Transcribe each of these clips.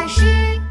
巴士。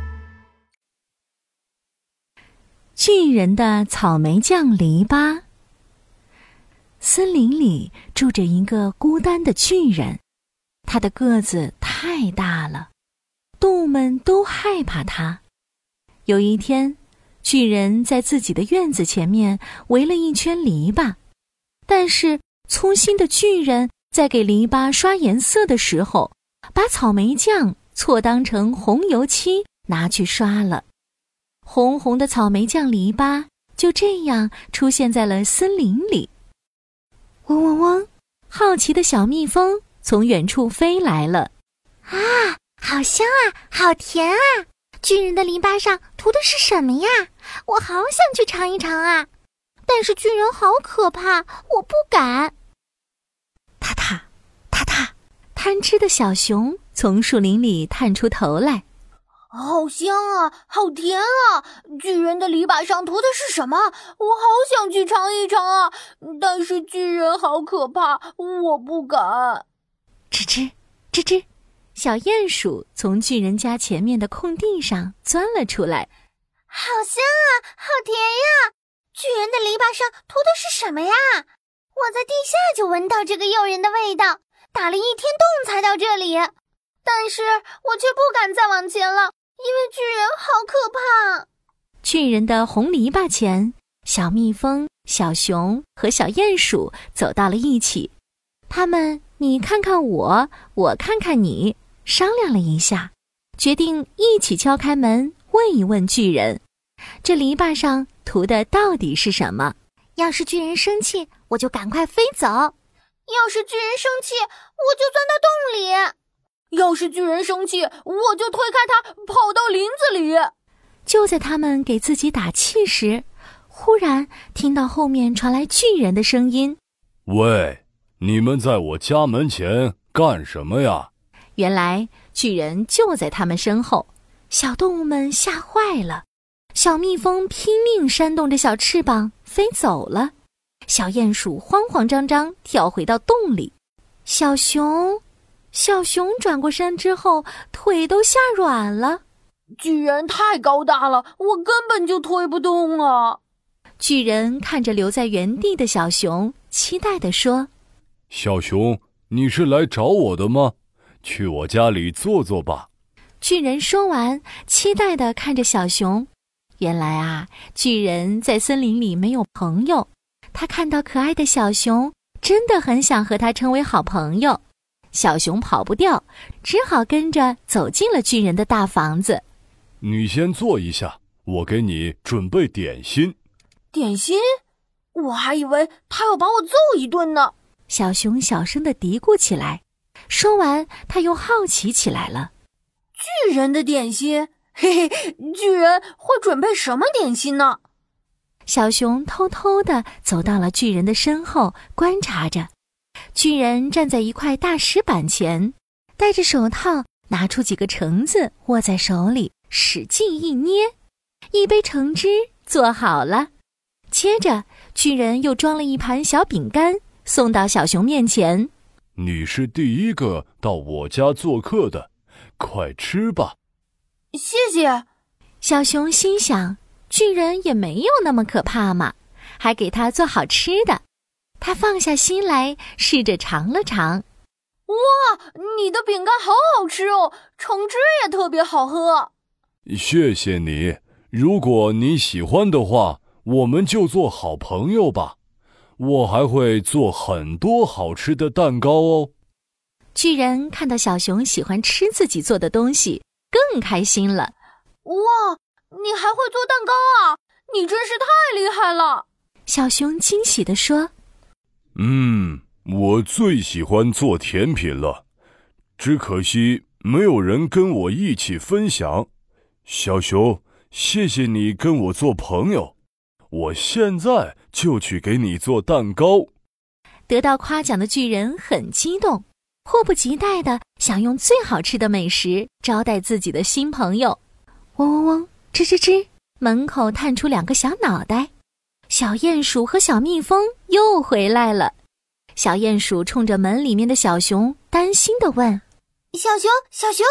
巨人的草莓酱篱笆。森林里住着一个孤单的巨人，他的个子太大了，动物们都害怕他。有一天，巨人在自己的院子前面围了一圈篱笆，但是粗心的巨人在给篱笆刷颜色的时候，把草莓酱错当成红油漆拿去刷了。红红的草莓酱篱笆就这样出现在了森林里。嗡嗡嗡，好奇的小蜜蜂从远处飞来了。 啊，好香啊，好甜啊！巨人的篱笆上涂的是什么呀？我好想去尝一尝啊！但是巨人好可怕，我不敢。 踏踏踏踏，贪吃的小熊从树林里探出头来。 好香啊，好甜啊！巨人的篱笆上涂的是什么？我好想去尝一尝啊！但是巨人好可怕，我不敢。 吱吱吱吱，小鼹鼠从巨人家前面的空地上钻了出来。 好香啊，好甜呀！巨人的篱笆上涂的是什么呀？我在地下就闻到这个诱人的味道，打了一天洞才到这里，但是我却不敢再往前了，因为巨人好可怕。 巨人的红篱笆前，小蜜蜂、小熊和小鼹鼠走到了一起。他们你看看我，我看看你，商量了一下，决定一起敲开门问一问巨人，这篱笆上涂的到底是什么？ 要是巨人生气，我就赶快飞走；要是巨人生气，我就钻到洞里； 要是巨人生气，我就推开他，跑到林子里。 就在他们给自己打气时，忽然听到后面传来巨人的声音： 喂，你们在我家门前干什么呀？ 原来巨人就在他们身后，小动物们吓坏了。小蜜蜂拼命扇动着小翅膀飞走了，小鼹鼠慌慌张张跳回到洞里。小熊转过身之后，腿都吓软了。 巨人太高大了，我根本就推不动啊！ 巨人看着留在原地的小熊，期待地说： 小熊，你是来找我的吗？去我家里坐坐吧。 巨人说完，期待地看着小熊。原来啊，巨人在森林里没有朋友，他看到可爱的小熊，真的很想和他成为好朋友。小熊跑不掉，只好跟着走进了巨人的大房子。 你先坐一下，我给你准备点心。 点心？我还以为他要把我揍一顿呢。 小熊小声地嘀咕起来，说完他又好奇起来了。 巨人的点心？嘿嘿，巨人会准备什么点心呢？ 小熊偷偷地走到了巨人的身后，观察着。巨人站在一块大石板前，戴着手套，拿出几个橙子握在手里，使劲一捏，一杯橙汁做好了。接着巨人又装了一盘小饼干送到小熊面前。 你是第一个到我家做客的，快吃吧。 谢谢。 小熊心想，巨人也没有那么可怕嘛，还给他做好吃的。他放下心来，试着尝了尝。 哇，你的饼干好好吃哦，橙汁也特别好喝。 谢谢你，如果你喜欢的话，我们就做好朋友吧。我还会做很多好吃的蛋糕哦。 巨人看到小熊喜欢吃自己做的东西，更开心了。 哇，你还会做蛋糕啊？你真是太厉害了！ 小熊惊喜地说。 我最喜欢做甜品了，只可惜没有人跟我一起分享。小熊，谢谢你跟我做朋友，我现在就去给你做蛋糕。 得到夸奖的巨人很激动，迫不及待地想用最好吃的美食招待自己的新朋友。嗡嗡嗡，吱吱吱，门口探出两个小脑袋。小鼹鼠和小蜜蜂又回来了。小鼹鼠冲着门里面的小熊担心地问： 小熊，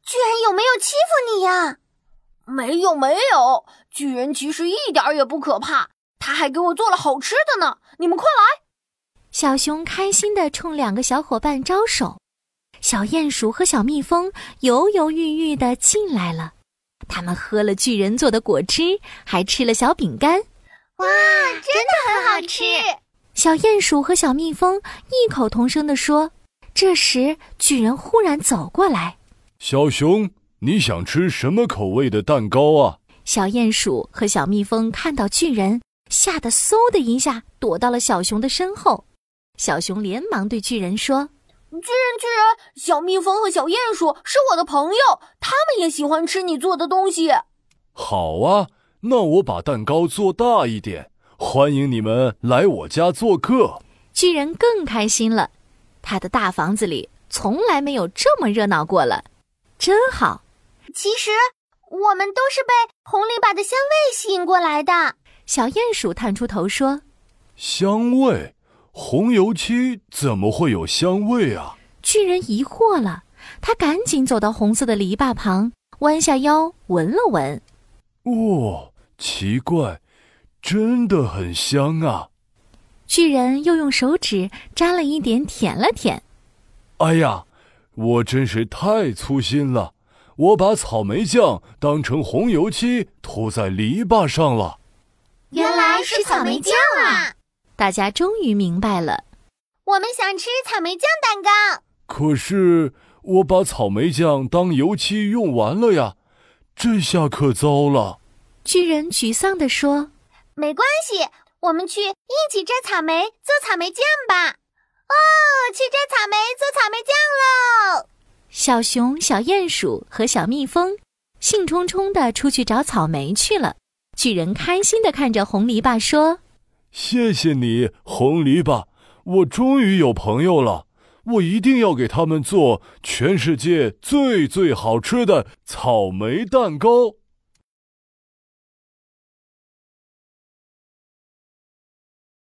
巨人有没有欺负你呀？ 没有，巨人其实一点也不可怕，他还给我做了好吃的呢，你们快来！ 小熊开心地冲2个小伙伴招手，小鼹鼠和小蜜蜂犹犹豫豫地进来了。他们喝了巨人做的果汁，还吃了小饼干。 哇，真的很好吃！ 小鼹鼠和小蜜蜂异口同声地说。这时，巨人忽然走过来。 小熊，你想吃什么口味的蛋糕啊？ 小鼹鼠和小蜜蜂看到巨人，吓得嗖的一下躲到了小熊的身后。小熊连忙对巨人说： 巨人，小蜜蜂和小鼹鼠是我的朋友，他们也喜欢吃你做的东西。 好啊，那我把蛋糕做大一点，欢迎你们来我家做客。 巨人更开心了，他的大房子里从来没有这么热闹过了，真好。 其实我们都是被红篱笆的香味吸引过来的。 小鼹鼠探出头说： 香味？红油漆怎么会有香味啊？ 巨人疑惑了，他赶紧走到红色的篱笆旁，弯下腰闻了闻。 哦，奇怪，真的很香啊！ 巨人又用手指沾了一点舔了舔。 哎呀，我真是太粗心了，我把草莓酱当成红油漆涂在篱笆上了。 原来是草莓酱啊！ 大家终于明白了。 我们想吃草莓酱蛋糕。 可是我把草莓酱当油漆用完了呀，这下可糟了。 巨人沮丧地说： 没关系，我们去一起摘草莓做草莓酱吧。哦，去摘草莓做草莓酱喽！ 小熊、小鼹鼠和小蜜蜂兴冲冲地出去找草莓去了。巨人开心地看着红篱笆说： 谢谢你，红篱笆，我终于有朋友了，我一定要给他们做全世界最好吃的草莓蛋糕。